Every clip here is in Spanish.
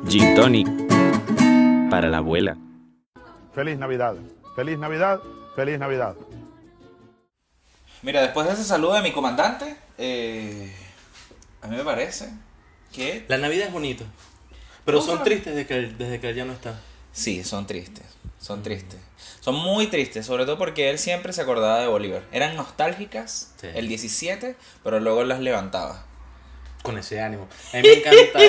Gin Tonic para la abuela. Feliz Navidad, feliz Navidad, feliz Navidad. Mira, después de ese saludo de mi comandante, a mí me parece que... La Navidad es bonito, pero son tristes desde que él ya no está. Sí, son tristes, son tristes. Son muy tristes, sobre todo porque él siempre se acordaba de Bolívar. Eran nostálgicas el 17, pero luego las levantaba. Con ese ánimo. A mí me encanta.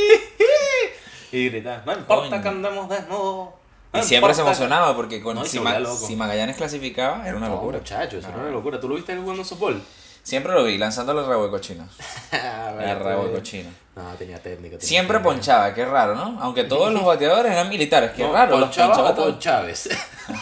Y gritar, no importa Coño. que andemos desnudos. Y siempre se emocionaba porque con, No, si, se volvía loco. si Magallanes clasificaba, era una locura. Muchachos, eso era una locura. ¿Tú lo viste jugando softball? Siempre lo vi, lanzándole el rabo de cochino. El rabo de pues. cochino. No, tenía técnica. Siempre ponchaba, qué raro, ¿no? Aunque todos los bateadores eran militares, qué raro. Los ¿Ponchaba o todos. Chávez?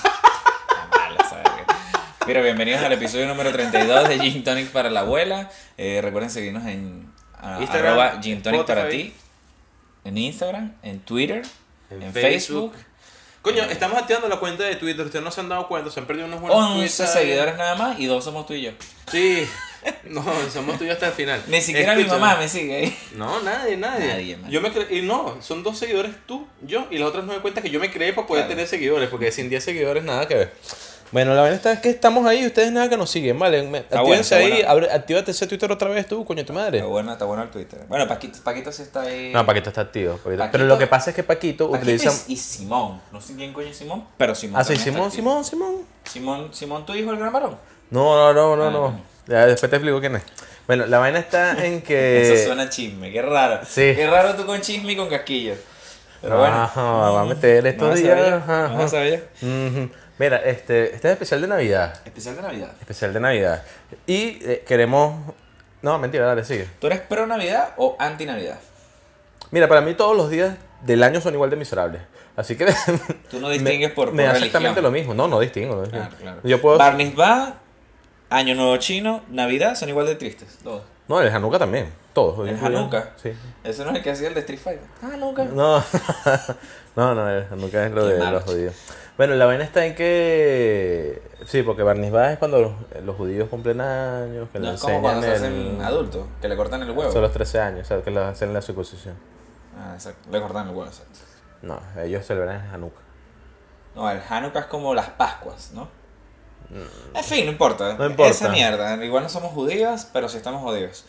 Mira, bienvenidos al episodio número 32 de Gin Tonic para la abuela. Recuerden seguirnos en Instagram, Gin Tonic para Spotify. ti. En Instagram, en Twitter, en Facebook. Facebook. Coño, estamos activando la cuenta de Twitter. Ustedes no se han dado cuenta, se han perdido unos buenos 11 tweets ahí. seguidores nada más y 2 somos tú y yo. Sí. No, somos tuyos hasta el final. Ni siquiera mi Escucha. mamá me sigue ahí. No, nadie. Nadie, man. Yo me y no, son 2 seguidores tú, yo y las otras 9 cuentas que yo me creé para poder Claro. tener seguidores, porque sin 10 seguidores nada que ver. Bueno, la verdad es que estamos ahí, ustedes nada que nos siguen, ¿vale? Actívense bueno, ahí, está actívate ese Twitter otra vez tú, coño tu madre. Está bueno el Twitter. Bueno, Paquito sí está ahí. No, Paquito está activo. Paquito- Pero lo que pasa es que Paquito utiliza... Y Simón. No sé quién coño es Simón, pero Simón. Ah, sí, también está Simón. activo. Simón, tu hijo, el gran varón. No. bueno. Ya, después te explico quién es. Bueno, la vaina está en que... Eso suena a chisme, qué raro. Sí. Qué raro tú con chisme y con casquillo. Pero bueno. Ajá, va a meter estos Vamos a días. saber ya, ajá. Vamos a ver ya. Ujú. Mira, este es especial de Navidad. Especial de Navidad. Especial de Navidad. Y queremos... No, mentira, dale, sigue. ¿Tú eres pro Navidad o anti Navidad? Mira, para mí todos los días del año son igual de miserables. Así que... Tú no distingues por me da religión. exactamente lo mismo. No distingo. Claro. Yo puedo... Bar Mitzvah, Año Nuevo Chino, Navidad son igual de tristes. Todos. No, el Hanukkah también. Todos. ¿El Hanukkah? Sí. Ese no es el que hacía el de Street Fighter. Hanukkah. No, el Hanukkah es lo Qué de mal. los judíos. Bueno, la vaina está en que... Sí, porque Bar Mitzvah es cuando los judíos cumplen años, que le No es como enseñan cuando se hacen adultos, que le cortan el huevo. Son los 13 años, o sea, que le hacen la circuncisión. Ah, exacto. Le cortan el huevo, exacto. No, ellos celebran el Hanukkah. No, el Hanukkah es como las Pascuas, ¿no? En fin, no importa. No importa. Esa mierda. Igual no somos judíos, pero sí estamos jodidos.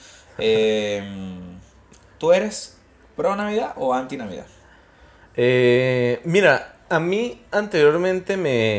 ¿Tú eres pro Navidad o anti Navidad? Mira, a mí anteriormente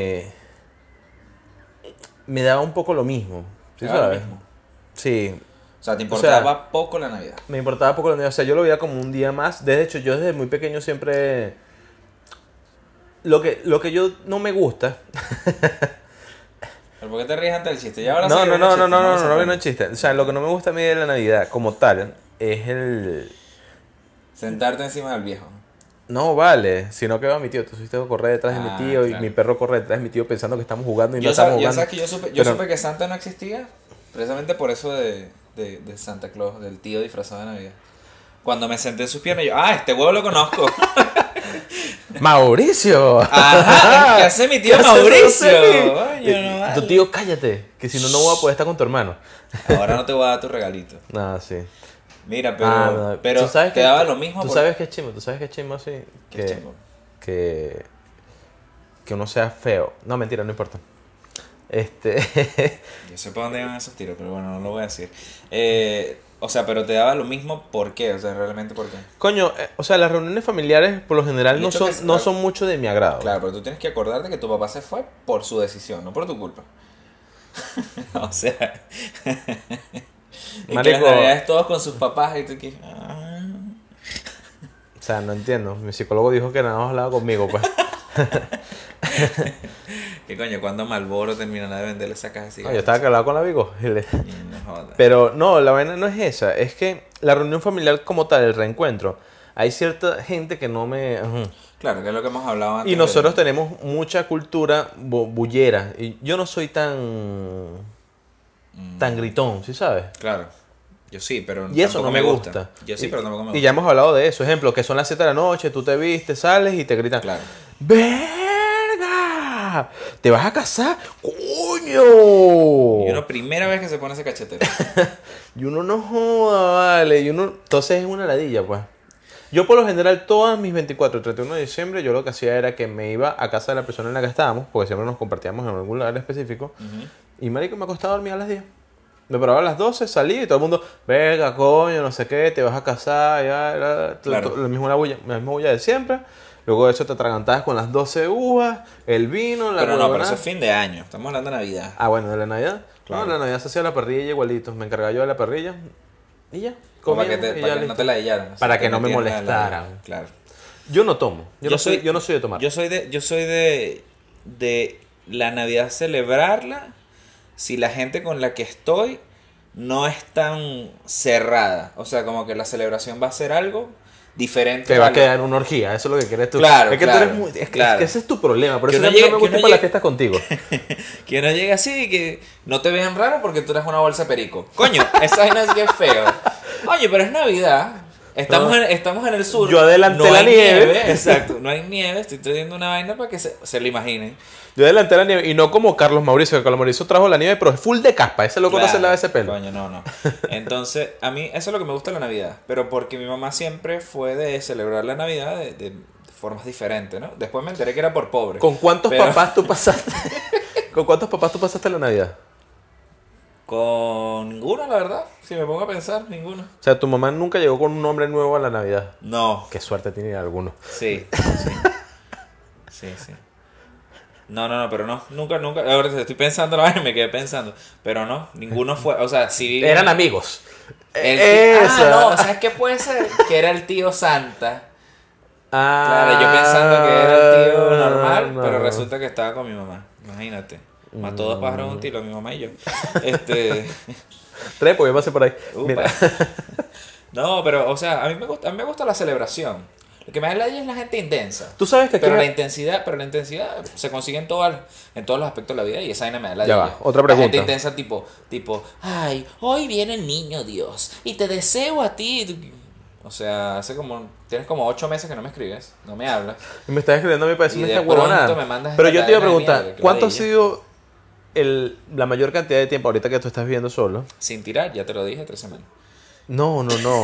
me daba un poco lo mismo. ¿Sí ¿Te daba lo sabes? mismo? Sí, O sea, te importaba poco la Navidad. me importaba poco la Navidad. O sea, yo lo veía como un día más. De hecho, yo desde muy pequeño siempre... Lo que yo no me gusta... ¿Pero por qué te ríes ante el chiste? Ya ahora No, sí no, viene no, el no, chiste, no, me no, no sorprende. viene el chiste. O sea, lo que no me gusta a mí de la Navidad como tal es el... Sentarte encima del viejo. No vale, sino que va mi tío. Tú tengo que correr detrás de mi tío claro. y mi perro corre detrás de mi tío pensando que estamos jugando y no Yo estamos sabes jugando. que yo Pero- supe que Santa no existía precisamente por eso de Santa Claus, del tío disfrazado de Navidad. Cuando me senté en sus piernas, yo, este huevo lo conozco. ¡Mauricio! Ajá, ¿qué hace mi tío ¿Qué hace Mauricio? Mauricio? Coño, no vale. Tu tío, cállate, que si no, no voy a poder estar con tu hermano. Ahora no te voy a dar tu regalito. Nada, sí. Mira, pero, No. pero ¿Tú sabes te daba lo mismo. Tú sabes que es chimo, así. ¿Qué es chimbo? Que uno sea feo. No, mentira, no importa. Yo sé para dónde van esos tiros, pero bueno, no lo voy a decir. O sea, pero te daba lo mismo, ¿por qué? O sea, realmente, ¿por qué? Coño, o sea, las reuniones familiares por lo general El no hecho son, que- no son mucho de mi agrado. Claro, pero tú tienes que acordarte que tu papá se fue por su decisión, no por tu culpa. O sea, y que Marico. las navidades todos con sus papás y tú que... O sea, no entiendo. Mi psicólogo dijo que nada más hablaba conmigo, pues. ¿Qué coño? ¿Cuándo Marlboro terminará de venderle esa caja de No, cigarros? yo estaba calado con la Vigo. Y no jodas. Pero no, la vaina no es esa. Es que la reunión familiar como tal, el reencuentro, hay cierta gente que no me... Ujú. Claro, que es lo que hemos hablado antes. Y nosotros tenemos mucha cultura bullera. Y yo no soy tan gritón, ¿sí sabes? Claro, yo sí, pero Y eso tampoco no me gusta. Yo sí, pero tampoco me gusta. Y ya hemos hablado de eso. Ejemplo, que son las 7 de la noche, tú te vistes, sales y te gritan. Claro. ¡Verga! ¿Te vas a casar? ¡Coño! Y uno primera vez que se pone ese cachetero. Y uno no joda, vale. Y uno... Entonces es una ladilla, pues. Yo por lo general todas mis 24 y 31 de diciembre yo lo que hacía era que me iba a casa de la persona en la que estábamos, porque siempre nos compartíamos en algún lugar específico, y marico me acostaba a dormir a las 10. Me paraba a las 12, salí y todo el mundo, venga, coño, no sé qué, te vas a casar, Claro. la misma bulla de siempre. Luego de eso te atragantabas con las 12 uvas, el vino, la Pero no, pero huevonada. eso es fin de año. Estamos hablando de Navidad. Ah, bueno, de la Navidad. Claro. No, la Navidad se hacía la parrilla igualitos. Me encargaba yo de la parrilla y ya. Como para que, comíamos y para ya que no listo. te la dillaran. Para que no me metieran la- molestaran. Claro. Yo no tomo. Yo no soy de tomar. Yo soy de la Navidad celebrarla si la gente con la que estoy no es tan cerrada. O sea, como que la celebración va a ser algo diferente. Te va a lo- quedar una orgía, eso es lo que quieres tú. Claro, es que claro, tú eres muy. Es claro. que ese es tu problema. Por Que eso uno a mí no llegue- me que gusta ir uno para las llegue- fiestas contigo. Que no llegue así y que no te vean raro porque tú eres una bolsa de perico. Coño, esa vaina sí es feo. Oye, pero es Navidad. Estamos en el sur. Yo adelanté no la hay nieve. Exacto, no hay nieve. Estoy trayendo una vaina para que se lo imaginen. Yo adelanté la nieve y no como Carlos Mauricio, que Carlos Mauricio trajo la nieve, pero es full de caspa. Ese loco no se Claro, lava ese pelo. Coño, no. Entonces, a mí eso es lo que me gusta de la Navidad. Pero porque mi mamá siempre fue de celebrar la Navidad de formas diferentes, ¿no? Después me enteré que era por pobre. ¿Con cuántos Pero- papás tú pasaste? ¿Con cuántos papás tú pasaste la Navidad? Con ninguno, la verdad. Si me pongo a pensar, ninguno. O sea, tu mamá nunca llegó con un nombre nuevo a la Navidad. No. Qué suerte tiene alguno. Sí. Sí. No, pero no. Nunca. Ahora estoy pensando la vaina y me quedé pensando. Pero no, ninguno fue. O sea, sí. Eran amigos. Ah, no, ¿sabes qué puede ser? Que era el tío Santa. Claro, yo pensando que era el tío normal, no. pero resulta que estaba con mi mamá. Imagínate. Mató dos pájaros de un tiro, mi mamá y yo. Trepo, yo pasé por ahí. Upa. Mira. No, pero, o sea, a mí me gusta la celebración. Lo que me da la idea es la gente intensa. Tú sabes que aquí... Pero la intensidad se consigue en todos los aspectos de la vida y esa vaina me da la Ya idea. va, otra La pregunta. gente intensa tipo, ay, hoy viene el niño Dios y te deseo a ti. O sea, tienes como 8 meses que no me escribes, no me hablas. Y me estás escribiendo a mí para Y decirme de esta huevonada. pronto me mandas Pero esta yo te iba a cadena de preguntar, mierda, que ¿cuánto ha ladilla. sido la mayor cantidad de tiempo ahorita que tú estás viviendo solo? Sin tirar, ya te lo dije, 3 semanas. No.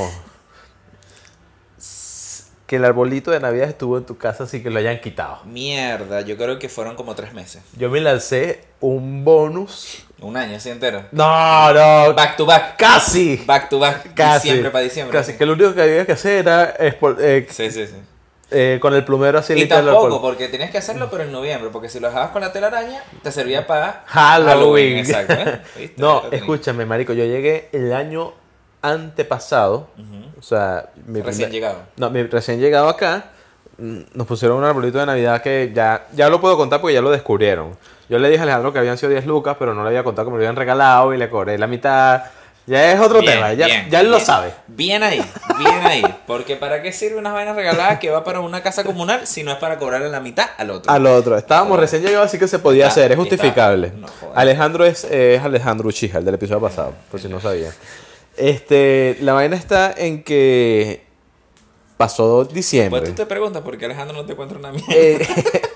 Que el arbolito de Navidad estuvo en tu casa así que lo hayan quitado. Mierda, yo creo que fueron como 3 meses. Yo me lancé un bonus. Un año así entero. No. Back to back. Casi. Back to back. Casi. Diciembre para diciembre. Casi. Que lo único que había que hacer era Sí. con el plumero así Y limpiar el tampoco, alcohol. porque tenías que hacerlo, pero en noviembre, porque si lo dejabas con la telaraña, te servía para Halloween. Exacto, ¿eh? ¿Viste? No, Ya lo tenía. escúchame, marico, yo llegué el año antepasado, o sea, Recién llegado. No, mi recién llegado acá, nos pusieron un arbolito de Navidad que ya lo puedo contar porque ya lo descubrieron. Yo le dije a Alejandro que habían sido 10 lucas, pero no le había contado que me lo habían regalado y le cobré la mitad. Ya es otro tema, ya él lo sabe. Bien ahí. Porque ¿para qué sirve una vaina regalada que va para una casa comunal si no es para cobrarle la mitad al otro? Al otro, estábamos Joder. recién llegados, así que se podía Está, hacer, es está. justificable. No jodas. Alejandro es Alejandro Uchija, el del episodio pasado, por si no sabían. La vaina está en que pasó diciembre. Pues tú te preguntas por qué Alejandro no te encuentra una mierda. Eh,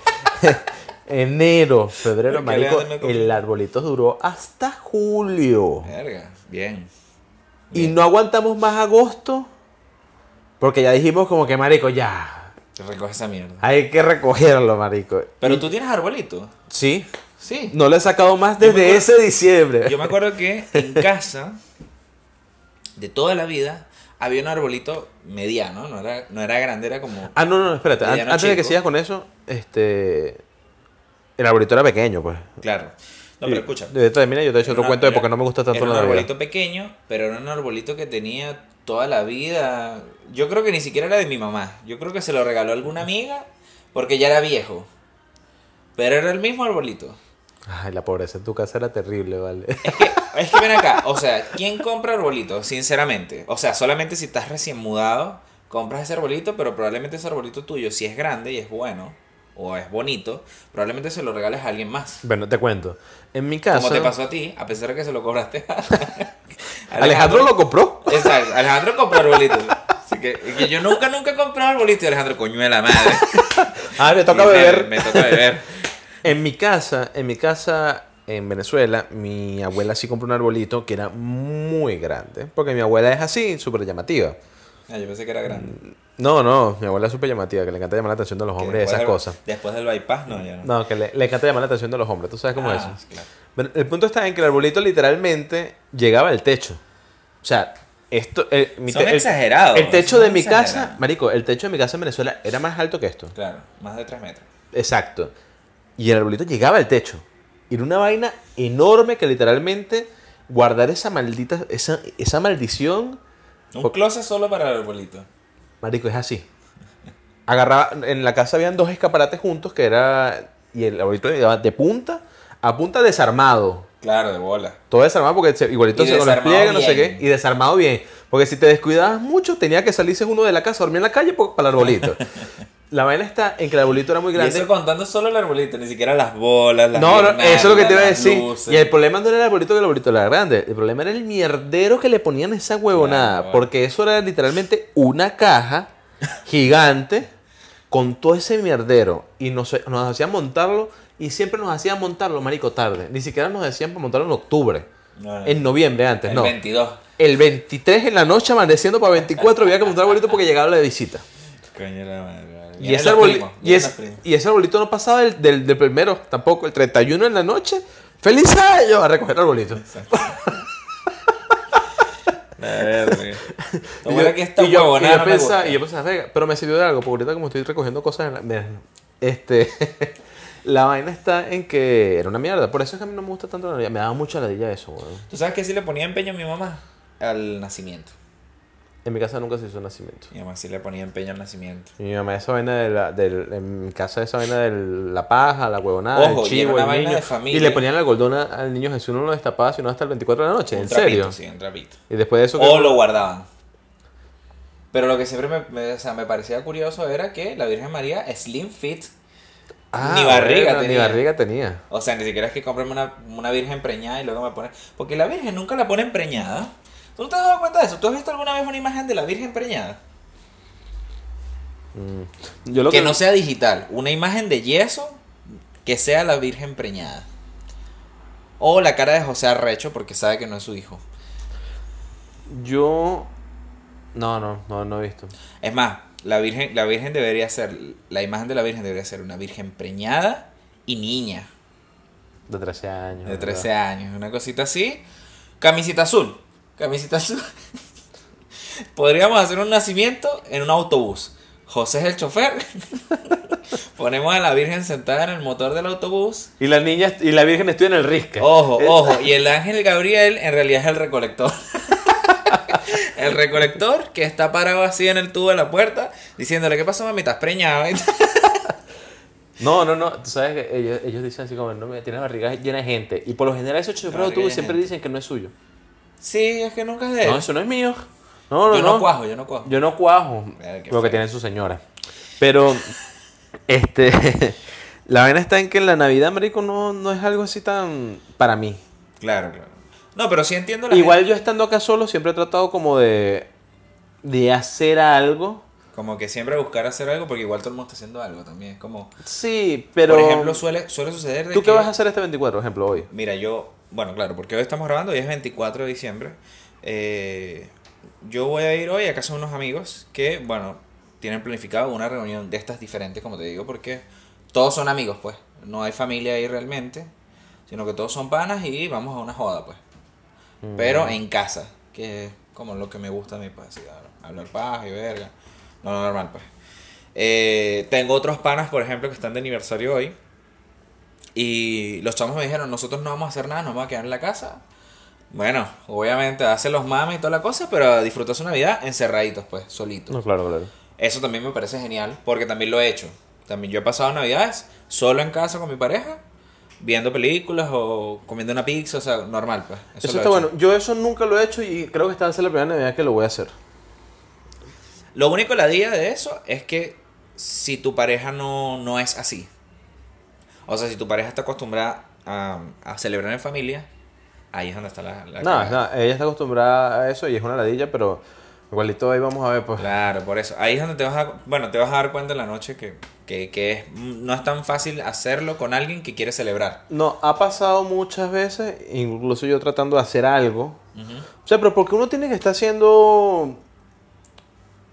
enero, febrero, Porque marico, Alejandro no confía. el arbolito duró hasta julio. Verga, bien. Y no aguantamos más agosto. Porque ya dijimos como que, marico, ya. Te recoge esa mierda. Hay que recogerlo, marico. Pero tú tienes arbolito. Sí. Sí. No lo he sacado más Yo me desde acuerdo- ese diciembre. Yo me acuerdo que en casa, de toda la vida, había un arbolito mediano, no era grande, era como... Ah, no, espérate. Mediano Antes de que chico. sigas con eso, el arbolito era pequeño, pues. Claro. No, pero escucha. Termina, yo te he hecho otro cuento de por qué no me gusta tanto era la un Navidad. arbolito pequeño, pero era un arbolito que tenía toda la vida. Yo creo que ni siquiera era de mi mamá. Yo creo que se lo regaló alguna amiga porque ya era viejo. Pero era el mismo arbolito. Ay, la pobreza en tu casa era terrible, vale. Es que ven acá, o sea, ¿quién compra arbolitos? Sinceramente. O sea, solamente si estás recién mudado, compras ese arbolito, pero probablemente ese arbolito tuyo, si es grande y es bueno, o es bonito, probablemente se lo regales a alguien más. Bueno, te cuento. En mi casa... Como te pasó a ti, a pesar de que se lo cobraste a Alejandro lo compró. Exacto, Alejandro compró arbolitos. Así que yo nunca he comprado arbolitos y Alejandro, coño de la madre. Ah, me toca Y beber. Me toca beber. En mi casa en Venezuela, mi abuela sí compró un arbolito que era muy grande. Porque mi abuela es así, súper llamativa. Ah, yo pensé que era grande. No, mi abuela es súper llamativa, que le encanta llamar la atención de los Que hombres y esas cosas. Después del bypass, no, ya no. No, que le encanta llamar la atención de los hombres, tú sabes cómo es eso. Claro. Bueno, el punto está en que el arbolito literalmente llegaba al techo. O sea, esto... Son exagerados. El techo son de mi casa, exagerados. marico, el techo de mi casa en Venezuela era más alto que esto. Claro, más de 3 metros. Exacto. Y el arbolito llegaba al techo. Y era una vaina enorme que literalmente guardar esa maldita... Esa maldición... Un closet solo para el arbolito. Marico, es así. Agarraba... En la casa habían 2 escaparates juntos que era... Y el arbolito llegaba de punta a punta desarmado. Claro, de bola. Todo desarmado porque igualito Y se lo desarmado despliega, no sé bien. qué. Y desarmado bien. Porque si te descuidabas mucho, tenía que salirse uno de la casa, dormir en la calle para el arbolito. La vaina está en que el arbolito era muy Y grande. eso contando solo el arbolito, ni siquiera las bolas, las No, guirnaldas, eso es lo que te iba a las decir. luces. Y el problema no era el arbolito, que el arbolito era grande. El problema era el mierdero que le ponían a esa huevonada. Claro. Porque eso era literalmente una caja gigante con todo ese mierdero. Y nos hacían montarlo. Y siempre nos hacían montarlo, marico, tarde. Ni siquiera nos decían para montarlo en octubre. No, En noviembre antes, el no. 22. El 23 en la noche, amaneciendo para 24, había que montar arbolito porque llegaba la visita. Coño la madre. Y ese, y ese arbolito no pasaba del primero, tampoco. El 31 en la noche, ¡feliz año! A recoger arbolito. Y yo pensaba, "Verga", pero me sirvió de algo, porque ahorita como estoy recogiendo cosas en la... Mira, la vaina está en que era una mierda. Por eso es que a mí no me gusta tanto la Navidad. Me daba mucha ladilla eso, weón. ¿Tú sabes que sí le ponía empeño a mi mamá? Al nacimiento. En mi casa nunca se hizo nacimiento. Mi mamá sí le ponía empeño al nacimiento. Y mi mamá esa vaina en mi casa esa vaina de la paja, la huevonada, Ojo, el y era chivo, una el vaina niño. de familia. Y le ponían la goldona al niño Jesús, no lo destapaba sino hasta el 24 de la noche. Un ¿En trapito, serio? Sí, un trapito. Y después de eso... O lo guardaban. Pero lo que siempre me parecía curioso era que la Virgen María, slim fit, ni barriga bueno, tenía. Ni barriga tenía. O sea, ni siquiera es que comprarme una virgen preñada y luego me ponen... Porque la virgen nunca la ponen preñada. ¿Tú no te has dado cuenta de eso? ¿Tú has visto alguna vez una imagen de la virgen preñada? Yo lo Que no sea digital. Una imagen de yeso que sea la virgen preñada. O la cara de José Arrecho porque sabe que no es su hijo. Yo... No he visto. Es más, la virgen debería ser... La imagen de la virgen debería ser una virgen preñada y niña. De 13 años. De 13 años. Una cosita así. Camisita azul. Camisita azul. Podríamos hacer un nacimiento en un autobús. José es el chofer. Ponemos a la Virgen sentada en el motor del autobús. Y la niña y la Virgen estuvo en el risque. Ojo. Y el ángel Gabriel en realidad es el recolector. El recolector que está parado así en el tubo de la puerta diciéndole, ¿qué pasó, mami? ¿Estás preñada? No. Tú sabes que ellos dicen así como, no, me tiene la barriga llena de gente. Y por lo general esos choferes de autobús siempre dicen que no es suyo. Sí, es que nunca es de él. No, eso no es mío. No. Yo no cuajo. Yo no cuajo. Lo que tiene su señora. Pero, la vaina está en que en la Navidad, marico, no es algo así tan... Para mí. Claro. No, pero sí entiendo Igual yo estando acá solo siempre he tratado como de hacer algo. Como que siempre buscar hacer algo porque igual todo el mundo está haciendo algo también. Es como... Sí, pero... Por ejemplo, suele suceder de ¿Tú qué que... vas a hacer este 24, por ejemplo, hoy? Mira, yo... Bueno, claro, porque hoy estamos grabando, hoy es 24 de diciembre. Yo voy a ir hoy a casa de unos amigos que, bueno, tienen planificado una reunión de estas diferentes, como te digo, porque todos son amigos, pues. No hay familia ahí realmente, sino que todos son panas y vamos a una joda, pues. Pero en casa, que es como lo que me gusta a mí, pues, así, hablar paja y verga. No, normal, pues. Tengo otros panas, por ejemplo, que están de aniversario hoy. Y los chamos me dijeron, nosotros no vamos a hacer nada, nos vamos a quedar en la casa. Bueno, obviamente hacen los mames y toda la cosa, pero disfrutar su Navidad encerraditos, pues, solitos. No, claro. Eso también me parece genial, porque también lo he hecho. También yo he pasado Navidades solo en casa con mi pareja, viendo películas o comiendo una pizza, o sea, normal, pues. Eso lo he está hecho. bueno. Yo eso nunca lo he hecho y creo que esta va a ser la primera Navidad que lo voy a hacer. Lo único la día de eso es que si tu pareja no es así. O sea, si tu pareja está acostumbrada a celebrar en familia, ahí es donde está la cagada. Ella está acostumbrada a eso y es una ladilla, pero igualito ahí vamos a ver, pues. Claro, por eso. Ahí es donde te vas a dar cuenta en la noche que no es tan fácil hacerlo con alguien que quiere celebrar. No, ha pasado muchas veces, incluso yo tratando de hacer algo. O sea, pero porque uno tiene que estar haciendo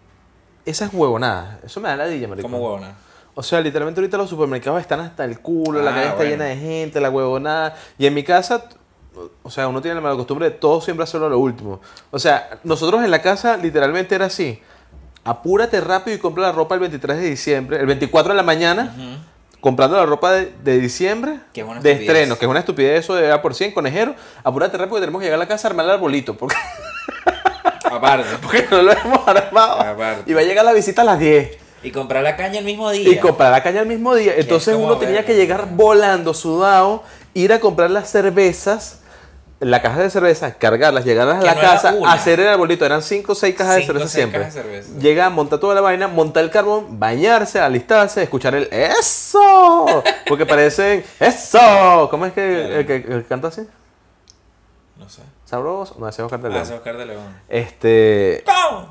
esas huevonadas, eso me da ladilla, marico. Como huevona. O sea, literalmente ahorita los supermercados están hasta el culo, la Ah, calle está bueno. llena de gente, la huevonada. Y en mi casa, o sea, uno tiene la mala costumbre de todo siempre hacerlo a lo último. O sea, nosotros en la casa literalmente era así. Apúrate rápido y compra la ropa el 23 de diciembre, el 24 de la mañana, comprando la ropa de diciembre, Que es una de estupidez. estreno, que es una estupidez eso de A por 100, conejero. Apúrate rápido que tenemos que llegar a la casa a armar el arbolito, porque, Aparte. porque no lo hemos armado. Aparte. Y va a llegar la visita a las 10. Y comprar la caña el mismo día. Y comprar la caña al mismo día. Entonces como uno tenía verga. que llegar volando, sudado, ir a comprar las cervezas, la caja de cerveza, cargarlas, llegarlas a Que la no era casa, una. hacer el arbolito. Eran 5 o 6 cajas de 5 o cerveza 6 siempre. cajas de cerveza. Llega, monta toda la vaina, monta el carbón, bañarse, alistarse, escuchar el ¡eso! Porque parecen ¡eso! ¿Cómo es que Claro. el que canta así? No sé. ¿Sabroso? No, ese es Oscar de Ah, León. ese es Oscar de León. ¿Cómo?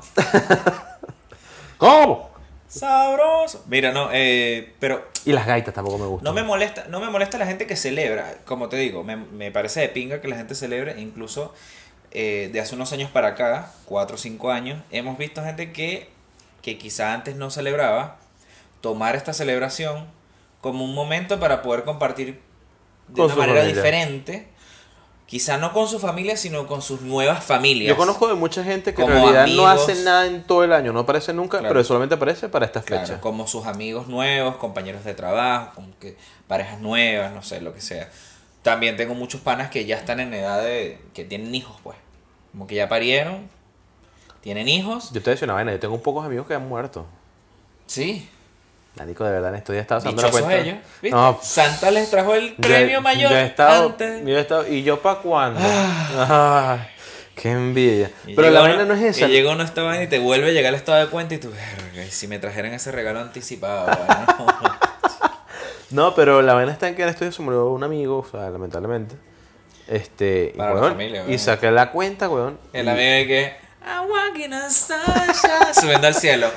¿Cómo? Sabroso. Mira, no, pero Y las gaitas tampoco me gustan. no me molesta la gente que celebra. Como te digo, me parece de pinga que la gente celebre. Incluso de hace unos años para acá, 4 o 5 años, hemos visto gente que quizá antes no celebraba, tomar esta celebración como un momento para poder compartir de Con una su manera familia. diferente. Quizá no con su familia, sino con sus nuevas familias. Yo conozco de mucha gente que en Como realidad no amigos. hace nada en todo el año, no aparece nunca, Claro. pero solamente aparece para estas Claro, fechas. como sus amigos nuevos, compañeros de trabajo, como que parejas nuevas, no sé, lo que sea. También tengo muchos panas que ya están en edad de que tienen hijos, pues. Como que ya parieron, tienen hijos. Yo te decía una vaina, yo tengo pocos amigos que han muerto. Sí, Marico, de verdad, en estos días estaba usando la dichosos cuenta. ellos. ¿Viste? No, Santa les trajo el premio mayor yo he estado, antes. yo he estado, ¿y yo para cuándo? Ay, qué envidia. Y Pero la llegó vaina no es esa. Y llega uno a esta vaina y te vuelve a llegar el estado de cuenta y tú, verga, y si me trajeran ese regalo anticipado, bueno. No, pero la vaina está en que en estos días se murió un amigo, o sea, lamentablemente. Y, Para la weón, familia, y weón. saqué la cuenta, weón. El y- amigo de que I'm walking on sunshine, subiendo al cielo.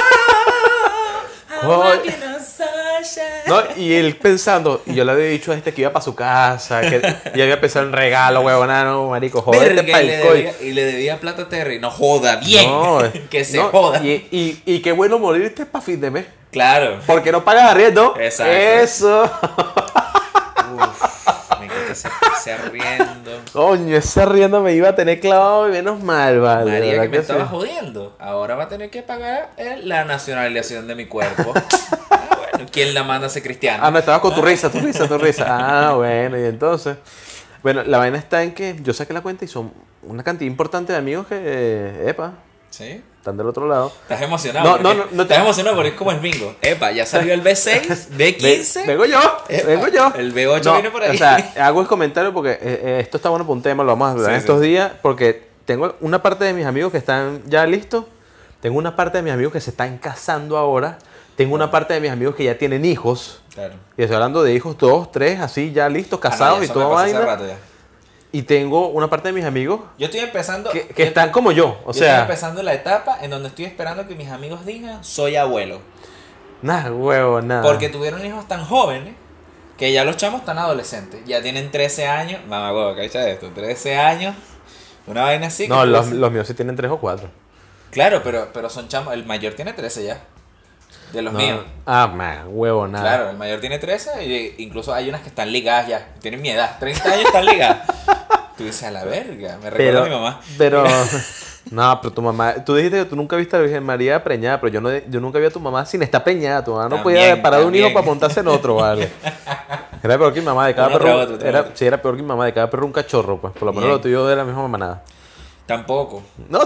I'm Ay. walking on sunshine. No, y él pensando, y yo le había dicho a este que iba para su casa, que y había pensado en regalo, huevonano, marico, jodete Verga, para y, el le coy. debía, y le debía plata a Terry. No joda, bien. No, que se no, joda. Y qué bueno morirte para fin de mes. Claro. Porque no pagas arriendo. Exacto. Eso. Uf, me encanta ese riendo. Coño, ese riendo me iba a tener clavado y menos mal, vale. de María, verdad que me sí. estaba jodiendo. Ahora va a tener que pagar la nacionalización de mi cuerpo. Ah, bueno, ¿quién la manda a ser cristiano? Ah, no, estabas con tu risa, tu risa, tu risa. Ah, bueno, y entonces. Bueno, la vaina está en que yo saqué la cuenta y son una cantidad importante de amigos que, epa, ¿Sí? están del otro lado. ¿Estás emocionado? No, porque- no, no te- Estás emocionado porque es como el bingo. Epa, ya salió el B6, B15. Vengo yo, Epa, vengo yo. el B8 No, viene por ahí. O sea, hago el comentario porque esto está bueno para un tema, lo vamos a hablar Sí, en estos sí. días, porque tengo una parte de mis amigos que están ya listos, tengo una parte de mis amigos que se están casando ahora, tengo una parte de mis amigos que ya tienen hijos, Claro. y estoy hablando de hijos 2, 3, así ya listos, Ah, no, casados ya y eso me toda pasó hace vaina, rato ya. y tengo una parte de mis amigos Yo estoy empezando. que yo- están como yo, o yo estoy sea, empezando la etapa en donde estoy esperando que mis amigos digan soy abuelo. nada, huevo, nada. Porque tuvieron hijos tan jóvenes que ya los chamos están adolescentes. Ya tienen 13 años. Mamá, huevo, ¿cacha esto? 13 años. Una vaina así. que No, tú los, dices- los míos sí tienen 3 o 4. Claro, pero son chamos. El mayor tiene 13 ya. De los míos. Ah, man, huevo, nada. Claro, el mayor tiene 13 y incluso hay unas que están ligadas ya. Tienen mi edad. 30 años están ligadas. Tú dices, a la verga. Me recuerda a mi mamá. Pero, no, pero tu mamá, tú dijiste que tú nunca viste a la Virgen María preñada, pero yo nunca vi a tu mamá sin estar preñada. Tu mamá no También, podía parar de un hijo también. para montarse en otro, vale. Era peor que mi mamá, de cada Uno perro. tras otro, tras Era, otro. sí, era peor que mi mamá, de cada perro un cachorro, pues. Por lo menos Bien. lo tuyo de la misma manada. Tampoco. No.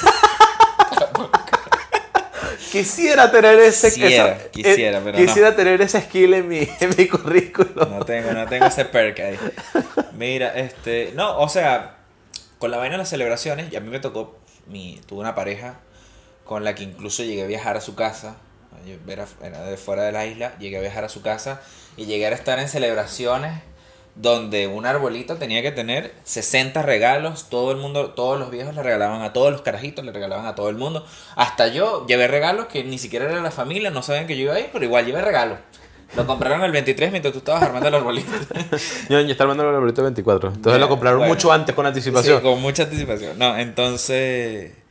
Quisiera tener ese Quisiera, pero quisiera tener ese skill en mi currículum. No tengo ese perk ahí. Mira, no, o sea, con la vaina de las celebraciones, y a mí me tocó, tuve una pareja con la que incluso llegué a viajar a su casa, era de fuera de la isla, llegué a viajar a su casa y llegué a estar en celebraciones donde un arbolito tenía que tener 60 regalos, todo el mundo, todos los viejos le regalaban a todos los carajitos, le regalaban a todo el mundo, hasta yo llevé regalos que ni siquiera era de la familia, no sabían que yo iba a ir, pero igual llevé regalos. Lo compraron el 23 mientras tú estabas armando el arbolito. Yo estaba armando el arbolito 24. Entonces Bueno, lo compraron bueno. mucho antes con anticipación. Sí, con mucha anticipación. No, entonces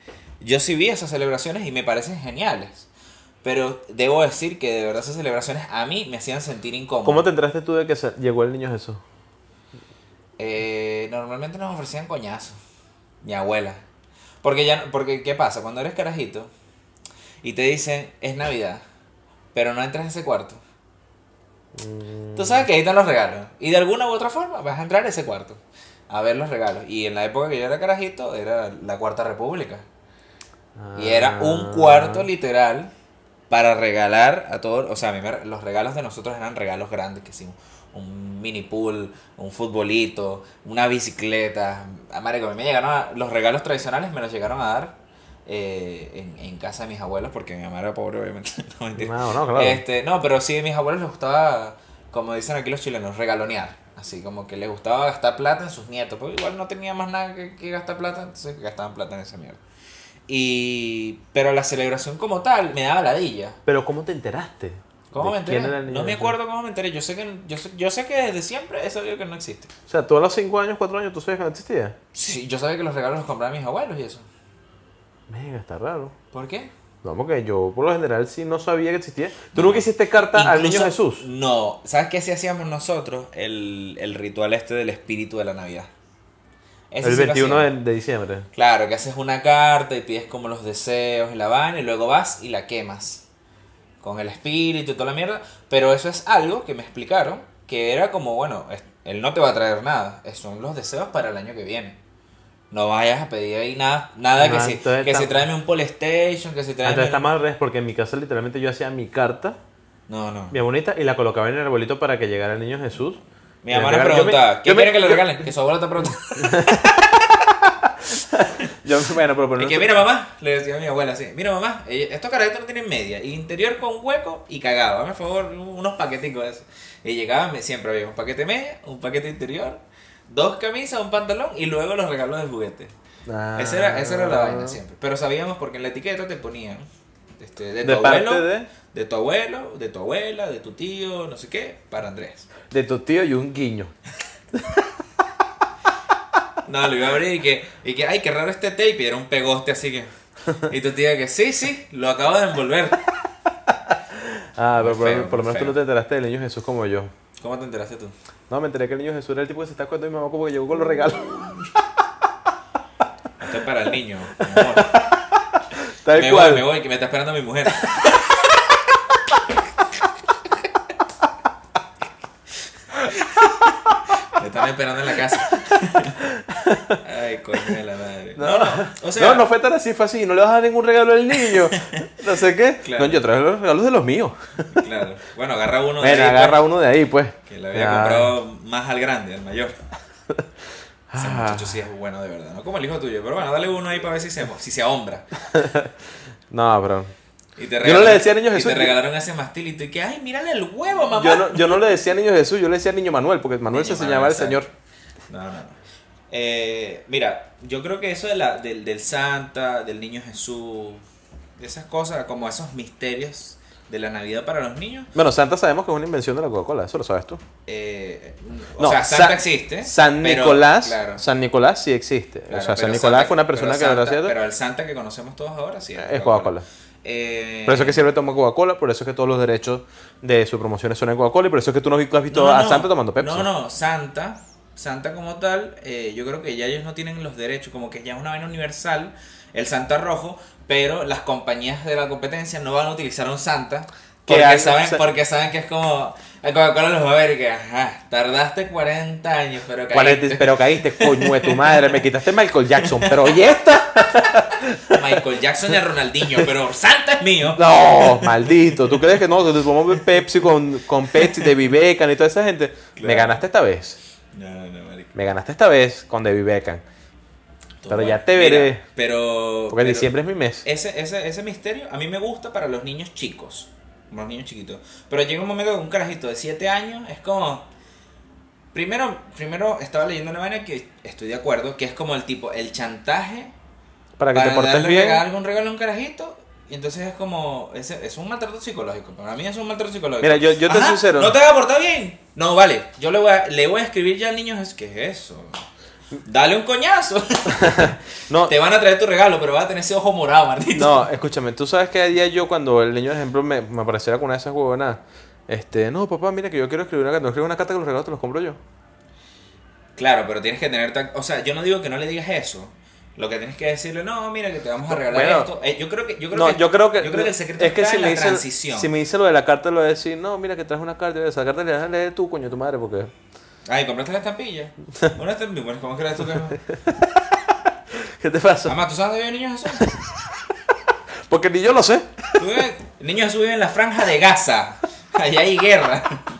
yo sí vi esas celebraciones y me parecen geniales. Pero debo decir que de verdad esas celebraciones a mí me hacían sentir incómodo. ¿Cómo te enteraste tú de que llegó el niño Jesús? Normalmente nos ofrecían coñazos. Mi abuela. Porque ¿qué pasa? Cuando eres carajito y te dicen, es Navidad, pero no entras a ese cuarto. Tú sabes que ahí están los regalos. Y de alguna u otra forma vas a entrar a ese cuarto a ver los regalos. Y en la época que yo era carajito, era la Cuarta República. Y era un cuarto literal para regalar a todos. O sea, los regalos de nosotros eran regalos grandes, que sí, un mini pool, un futbolito, una bicicleta. Marico, a mí me llegaron los regalos tradicionales, me los llegaron a dar en casa de mis abuelos, porque mi mamá era pobre, obviamente. No, mentira. No, claro. No, pero sí, a mis abuelos les gustaba, como dicen aquí los chilenos, regalonear. Así como que les gustaba gastar plata en sus nietos, porque igual no tenía más nada que gastar plata, entonces gastaban plata en esa mierda. Pero la celebración como tal me daba ladilla. Pero ¿cómo te enteraste? ¿Cómo me enteré? ¿Quién era el niño No me Jesús? acuerdo cómo me enteré. Yo sé que desde siempre he sabido que no existe. O sea, tú a los 5 años, 4 años, ¿tú sabes que no existía? Sí, yo sabía que los regalos los compraban mis abuelos y eso. Venga, está raro. ¿Por qué? No, porque yo por lo general sí no sabía que existía. ¿Tú nunca hiciste carta al niño Jesús? No. ¿Sabes qué sí hacíamos nosotros? El ritual este del espíritu de la Navidad. Ese El sí lo 21 hacíamos. de diciembre. Claro, que haces una carta y pides como los deseos y la vaina y luego vas y la quemas. Con el espíritu y toda la mierda. Pero eso es algo que me explicaron que era como, bueno, él no te va a traer nada. Son los deseos para el año que viene. No vayas a pedir ahí nada No, que si tráeme un Polystation, que si tráeme... Entonces está mal al revés, porque en mi casa literalmente yo hacía mi carta, No. bien bonita, y la colocaba en el arbolito para que llegara el niño Jesús. Mi mamá nos preguntaba, ¿qué quiere que le regalen? Que su abuela te pregunta. Bueno, pero Y que mira mamá, le decía a mi abuela así, mira mamá, estos carajitos no tienen media, interior con hueco y cagado, dame por favor unos paqueticos de eso. Y llegaba, siempre había un paquete media, un paquete interior, 2 camisas, un pantalón y luego los regalos del juguete. Esa era la vaina siempre. Pero sabíamos porque en la etiqueta te ponían de tu de abuelo, parte de tu abuelo, de tu abuela, de tu tío, no sé qué, para Andrés. de tu tío y un guiño. No, lo iba a abrir y que ay, qué raro este tape, y era un pegoste así que... Y tu tía que sí, lo acabo de envolver. Pero Feo, por lo menos tú feo. no te enteraste del niño Jesús como yo. ¿Cómo te enteraste tú? No, me enteré que el niño Jesús era el tipo que se está contando a mi mamá como que llegó con los regalos. Esto es para el niño, mi amor. Tal Me cual. voy, que me está esperando mi mujer. Me están esperando en la casa. Ay, coño de la madre. No. O sea, No fue tan así, fue así. No le vas a dar ningún regalo al niño. No sé qué. Claro. No, yo traje los regalos de los míos. claro. Bueno, agarra uno de Bueno, ahí, agarra pues, uno de ahí, pues. que le había Ya. comprado más al grande, al mayor. Ese Ah. muchacho sí es bueno de verdad, no como el hijo tuyo. Pero bueno, dale uno ahí para ver si se ahombra. No, bro. Y te Yo no le decía a niño Jesús. Y te regalaron ese mastilito y que, ay, mírale el huevo, mamá. Yo no le decía niño Jesús, yo le decía niño Manuel, porque Manuel Niño se enseñaba al Manuel, Señor. No. Mira, yo creo que eso del Santa, del Niño Jesús, de esas cosas, como esos misterios de la Navidad para los niños. Bueno, Santa sabemos que es una invención de la Coca-Cola, eso lo sabes tú. O sea, Santa existe. San pero, Nicolás, claro, San Nicolás sí existe. claro, o sea, San pero Nicolás Santa- fue una persona pero que lo Santa- hacía. Pero el Santa que conocemos todos ahora sí Es Coca-Cola. Por eso es que siempre toma Coca-Cola, por eso es que todos los derechos de sus promociones son en Coca-Cola y por eso es que tú no has visto a Santa tomando Pepsi. No, Santa como tal, yo creo que ya ellos no tienen los derechos, como que ya es una vaina universal, el Santa rojo, pero las compañías de la competencia no van a utilizar un Santa porque saben que es como... Coca-Cola los va a ver y que, ajá, tardaste 40 años, pero caíste. Pero caíste, coño de tu madre, me quitaste Michael Jackson, pero ¿y esta? Michael Jackson y Ronaldinho, pero Santa es mío. No, maldito, ¿tú crees que no? Que tomamos Pepsi con Pepsi, de Beckham y toda esa gente. Claro. Me ganaste esta vez. No, marico. Me ganaste esta vez con David Beckham. Pero Bueno, ya te veré. Pero... Porque pero diciembre es mi mes. Ese misterio a mí me gusta para los niños chicos. Los niños chiquitos. Pero llega un momento que un carajito de 7 años es como... Primero estaba leyendo una vaina que estoy de acuerdo, que es como el tipo, el chantaje Para que te portes darle bien. algún regalo a un carajito. Y entonces es como, es un maltrato psicológico. Para mí es un maltrato psicológico. Mira, yo te soy sincero. ¿No te vas a portar bien? No, vale. Yo le voy a escribir ya al niño, ¿qué es eso? Dale un coñazo. No, Te van a traer tu regalo, pero vas a tener ese ojo morado, Martito. no, escúchame, tú sabes que haría yo cuando el niño, por ejemplo, me apareciera con una de esas huevonadas. No, papá, mira que yo quiero escribir una carta. No escribo una carta que los regalos te los compro yo. Claro, pero tienes que tener... O sea, yo no digo que no le digas eso. Lo que tienes que decirle, no, mira que te vamos a regalar Bueno, esto. Yo creo que el secreto es que está si en me la dice, transición. si me dice lo de la carta, lo voy a decir, no, mira que traes una carta, esa carta le vas a leer tú, coño, tu madre, porque... Ay, ¿compraste la estampilla? Una estampilla, bueno, ¿cómo crees tú que...? ¿Qué te pasa? Mamá, ¿tú sabes dónde vive el niño Jesús? Porque ni yo lo sé. El niño Jesús vive en la franja de Gaza. Allá hay guerra.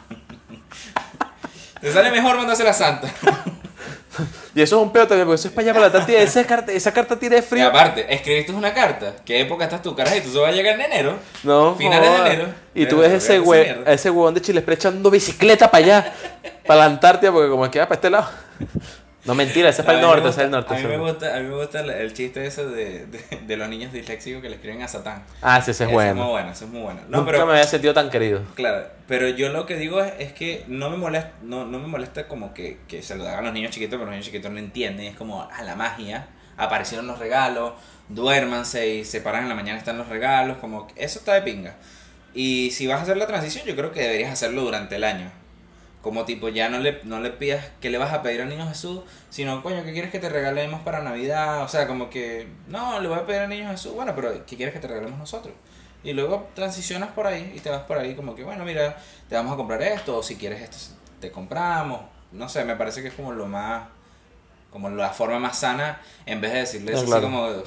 Te sale mejor mandarse la santa. Y eso es un pedo también, porque eso es para allá para la tantía. Esa carta tiene Y frío. aparte, escribiste una carta. ¿Qué época estás tú, carajo? Y tú se va a llegar en enero. No, Finales de joda. enero. Y tú Pero ves olvídate esa mierda. ese huevón de Chile Express echando bicicleta para allá, para la Antártida, porque como es que va para este lado. No, mentira, ese es para el norte, ese es el norte. A mí ese me es el- gusta, el chiste ese de los niños disléxicos que le escriben a Satán. Ah, sí, ese es bueno. Eso es muy bueno, eso es muy bueno. No, Nunca pero me había sentido tan querido. claro, pero yo lo que digo es que no me molesta, no me molesta como que se lo hagan los niños chiquitos, pero los niños chiquitos no entienden, es como a la magia, aparecieron los regalos, duérmanse y se paran en la mañana, están los regalos, como que eso está de pinga. Y si vas a hacer la transición, yo creo que deberías hacerlo durante el año. Como tipo, ya no le pidas que le vas a pedir al niño Jesús, sino, coño, ¿qué quieres que te regalemos para Navidad? O sea, como que, no, le voy a pedir al niño Jesús, bueno, pero ¿qué quieres que te regalemos nosotros? Y luego transicionas por ahí y te vas por ahí como que, bueno, mira, te vamos a comprar esto, o si quieres esto, te compramos. No sé, me parece que es como lo más, como la forma más sana, en vez de decirle No, eso claro. así como...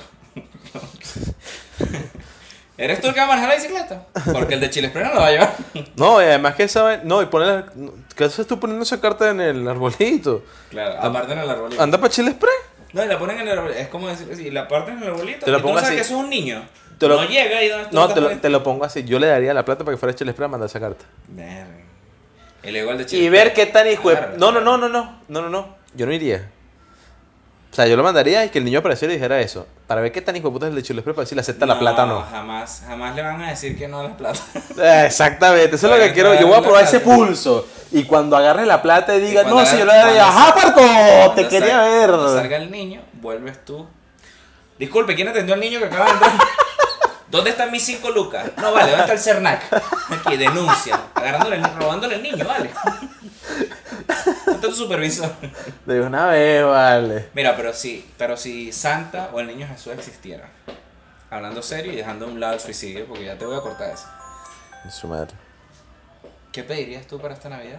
¿Eres tú el que va a manejar la bicicleta? Porque el de Chile Express no lo va a llevar. No, y además que saben. No, y poner. ¿Qué haces tú poniendo esa carta en el arbolito? Claro, aparte en el arbolito. Anda para Chile Express. No, y la ponen en el arbolito. Es como decir, si la parten en el arbolito. Te lo y tú pongo no sabes así. que eso es un niño. Te lo- No llega y donde tú No, estás te poniendo. lo pongo así. Yo le daría la plata para que fuera Chile Express a mandar esa carta. Verga. Y luego el de Chile Y ver Express. qué tan hijo de... Claro, No. Yo no iría. O sea, yo lo mandaría y que el niño apareciera y dijera eso. Para ver qué tan hijo de puta es el de Chile Express para decir, ¿acepta la plata o no? Jamás le van a decir que no a la plata. Exactamente, eso es lo que Para quiero. entrar Yo voy a en la probar ese plata. pulso. Y cuando agarre la plata y diga, cuando no, si yo le haga- daría, cuando ¡ajá, sa- Parco! Cuando Te quería ver. Cuando salga el niño, vuelves tú. Disculpe, ¿quién atendió al niño que acaba de entrar? ¿Dónde están mis 5 lucas? No, vale, ¿dónde está el Cernac? Aquí, denuncia. Robándole el niño, vale. ¿Dónde está tu supervisor? De una vez, vale. Mira, pero si Santa o el niño Jesús existiera, hablando serio y dejando a un lado el suicidio, porque ya te voy a cortar eso. Su madre. ¿Qué pedirías tú para esta Navidad?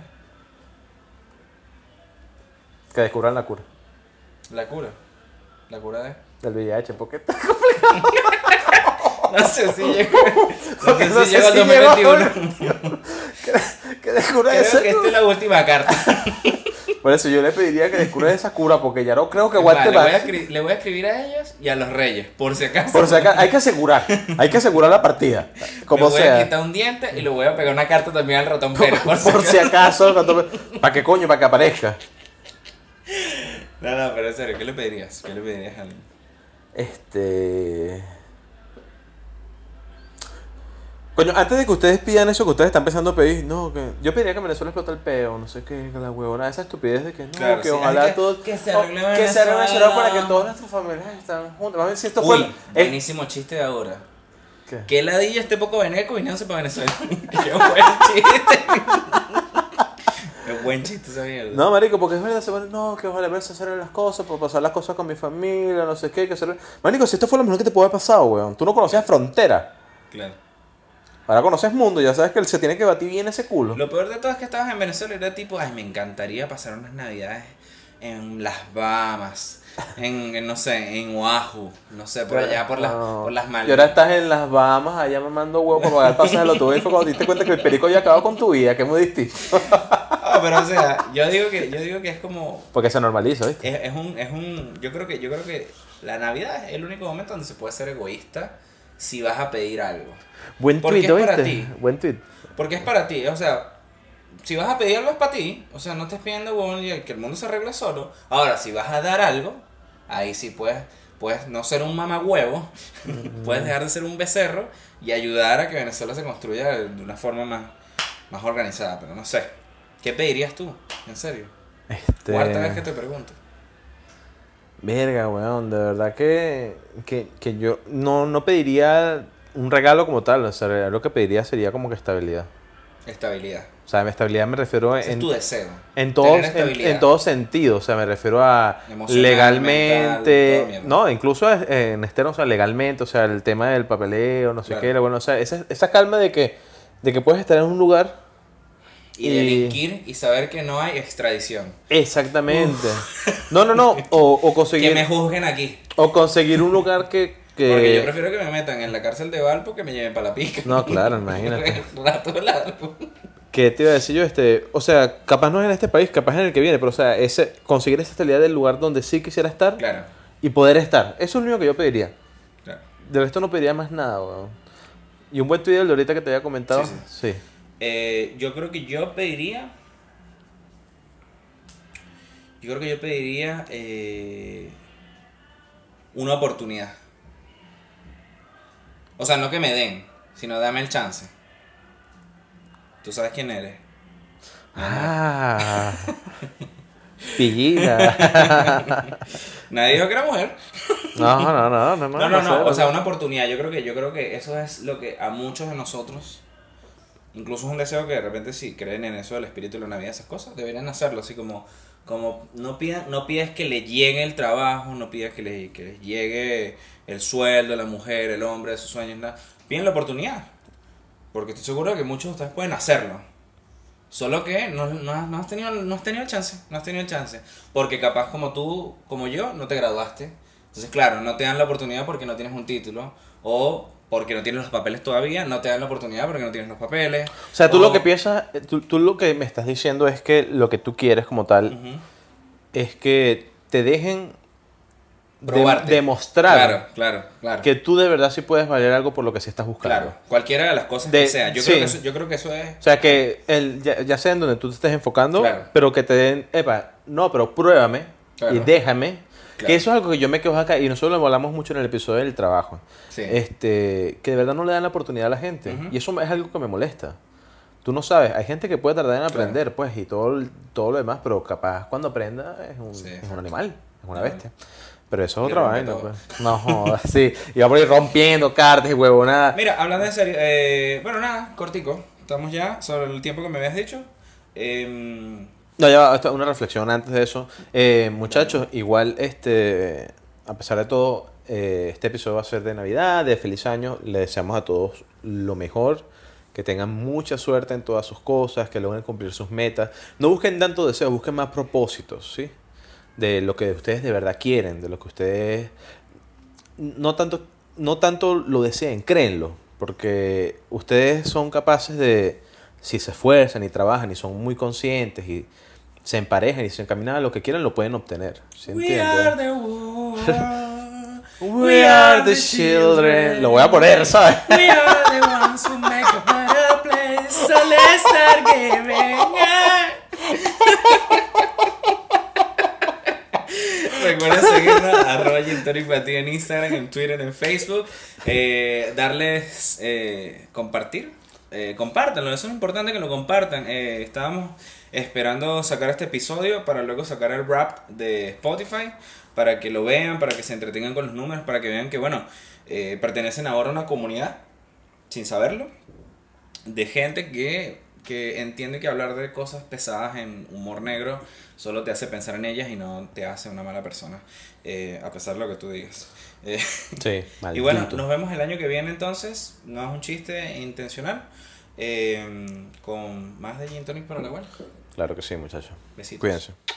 Que descubran la cura La cura. La cura de... del VIH, porque No sé si llego. No sé No si sé llego al si llego al 2021. que descubran Creo esa que esta es la última carta. Por eso yo le pediría que descubran esa cura, porque ya no creo que Es más, aguante más. le voy a escribir a ellos y a los reyes, por si acaso. Por si acaso, hay que asegurar la partida. Como me voy a sea. quitar un diente y le voy a pegar una carta también al ratón Pérez. Por si acaso. ¿Para qué coño? Para que aparezca. No, pero en serio, ¿qué le pedirías? ¿Qué le pedirías a alguien? Coño, antes de que ustedes pidan eso que ustedes están pensando pedir, no, que yo pediría que Venezuela explote el peo, no sé qué, que la huevona, esa estupidez de que no, Claro, que sí, ojalá hay que- todos. que se oh, arregle que se arregle Venezuela. para que todas nuestras familias estén juntas. Más bien, si esto Uy, fue. buenísimo chiste de ahora. ¿Qué? Que ladilla este poco veneco viniéndose para Venezuela. Qué buen chiste. Qué buen chiste esa mierda. No, marico, porque es verdad, no, que ojalá verse hacer las cosas, por pasar las cosas con mi familia, no sé qué, que hacer. Marico, si esto fue lo mejor que te puede haber pasado, weón. Tú no conocías frontera. Claro. Ahora conoces mundo, ya sabes que se tiene que batir bien ese culo. Lo peor de todo es que estabas en Venezuela y era tipo, ay, me encantaría pasar unas navidades en las Bahamas, no sé, en Oahu, no sé, por allá, por las Y Malvinas. ahora estás en las Bahamas, allá mamando huevo para pagar el pasaje del autobús. Y fue cuando te diste cuenta que el perico había acabado con tu vida, que es muy distinto. Ah, pero o sea, yo digo que es como, Porque se normaliza, ¿viste? yo creo que la Navidad es el único momento donde se puede ser egoísta si vas a pedir algo. Buen Porque tweet, es para ¿oíste? ti. Buen tweet. Porque es para ti, o sea, si vas a pedir algo es para ti, o sea, no estés pidiendo bueno, y que el mundo se arregle solo. Ahora, si vas a dar algo, ahí sí puedes no ser un mamagüevo, puedes dejar de ser un becerro y ayudar a que Venezuela se construya de una forma más organizada, pero no sé. ¿Qué pedirías tú? En serio. Cuarta vez que te pregunto. Verga, weón, de verdad que yo no pediría un regalo como tal, o sea, lo que pediría sería como que estabilidad. Estabilidad. O sea, estabilidad me refiero Ese es tu deseo. en Tener todos, estabilidad. en todo sentido, o sea, me refiero a Emocional, legalmente, mental, toda mierda. no, incluso en externo, o sea, legalmente, o sea, el tema del papeleo, no sé Claro. qué, bueno, o sea, esa calma de que puedes estar en un lugar Y delinquir y saber que no hay extradición. exactamente. No, o conseguir Que me juzguen aquí. o conseguir un lugar Porque yo prefiero que me metan en la cárcel de Valpo que me lleven para la pica. No, claro, imagínate. Rato largo. ¿Qué te iba a decir yo? O sea, capaz no es en este país, capaz es en el que viene, pero o sea, conseguir esa estabilidad del lugar donde sí quisiera estar Claro, y poder estar. Eso es lo único que yo pediría. claro. De resto no pediría más nada, weón. Y un buen Twitter de ahorita que te había comentado. Sí, Sí. Yo creo que yo pediría. Yo creo que yo pediría una oportunidad. O sea, no que me den, sino dame el chance. ¿Tú sabes quién eres? Mi amor. Ah. Pillita. Nadie dijo que era mujer. No. O sea, una oportunidad. Yo creo que eso es lo que a muchos de nosotros, incluso es un deseo que de repente si creen en eso del espíritu de la Navidad, esas cosas, deberían hacerlo. Así como no pidas que le llegue el trabajo, no pidas que les llegue el sueldo, la mujer, el hombre de sus sueños, nada. Piden la oportunidad. Porque estoy seguro de que muchos de ustedes pueden hacerlo. Solo que no has tenido el chance. No has tenido el chance. Porque capaz como tú, como yo, no te graduaste. Entonces, claro, no te dan la oportunidad porque no tienes un título. O porque no tienes los papeles todavía. No te dan la oportunidad porque no tienes los papeles. O sea, tú lo que piensas, tú lo que me estás diciendo es que lo que tú quieres como tal Ujú. es que te dejen Probarte. demostrar Claro. que tú de verdad sí puedes valer algo por lo que sí estás buscando. Claro, cualquiera de las cosas De- que sea. Yo sí. creo que eso es. O sea, que ya sea en donde tú te estés enfocando, Claro. pero que te den, no, pero pruébame Claro. y déjame. Claro. Que eso es algo que yo me quedo acá y nosotros lo hablamos mucho en el episodio del trabajo. Sí. Que de verdad no le dan la oportunidad a la gente. Ujú. Y eso es algo que me molesta. Tú no sabes, hay gente que puede tardar en Claro. aprender, pues, y todo lo demás, pero capaz cuando aprenda Sí. es un animal, es una Claro. bestia. Pero eso es Y otra rompe vaina, todo. pues. No jodas, sí. Y va por ir rompiendo cartas y huevonadas. Mira, hablando en serio, bueno, nada, cortico. Estamos ya sobre el tiempo que me habías dicho. No, ya va, una reflexión antes de eso. Muchachos, igual, a pesar de todo, este episodio va a ser de Navidad, de feliz año. Le deseamos a todos lo mejor, que tengan mucha suerte en todas sus cosas, que logren cumplir sus metas. No busquen tanto deseos, busquen más propósitos, ¿sí? De lo que ustedes de verdad quieren, de lo que ustedes no tanto lo deseen, créenlo, porque ustedes son capaces de, si se esfuerzan y trabajan y son muy conscientes y se emparejan y se encaminan a lo que quieran, lo pueden obtener. ¿Sí We are entiendes? the world. We are the children. Lo voy a poner, ¿sabes? We are the ones who make a better place. So let's start giving. Recuerda seguirnos @GinTonicPati en Instagram, en Twitter, en Facebook. Darles compartir. Compártanlo, eso es importante que lo compartan. Estábamos esperando sacar este episodio para luego sacar el rap de Spotify, para que lo vean, para que se entretengan con los números, para que vean que, bueno, pertenecen ahora a una comunidad, sin saberlo, de gente que entiende que hablar de cosas pesadas en humor negro solo te hace pensar en ellas y no te hace una mala persona, a pesar de lo que tú digas. Sí, Y bueno, maldito. nos vemos el año que viene entonces. No es un chiste intencional. Con más de Gin Tonic para la abuela. Claro que sí, muchachos. Besitos. Cuídense.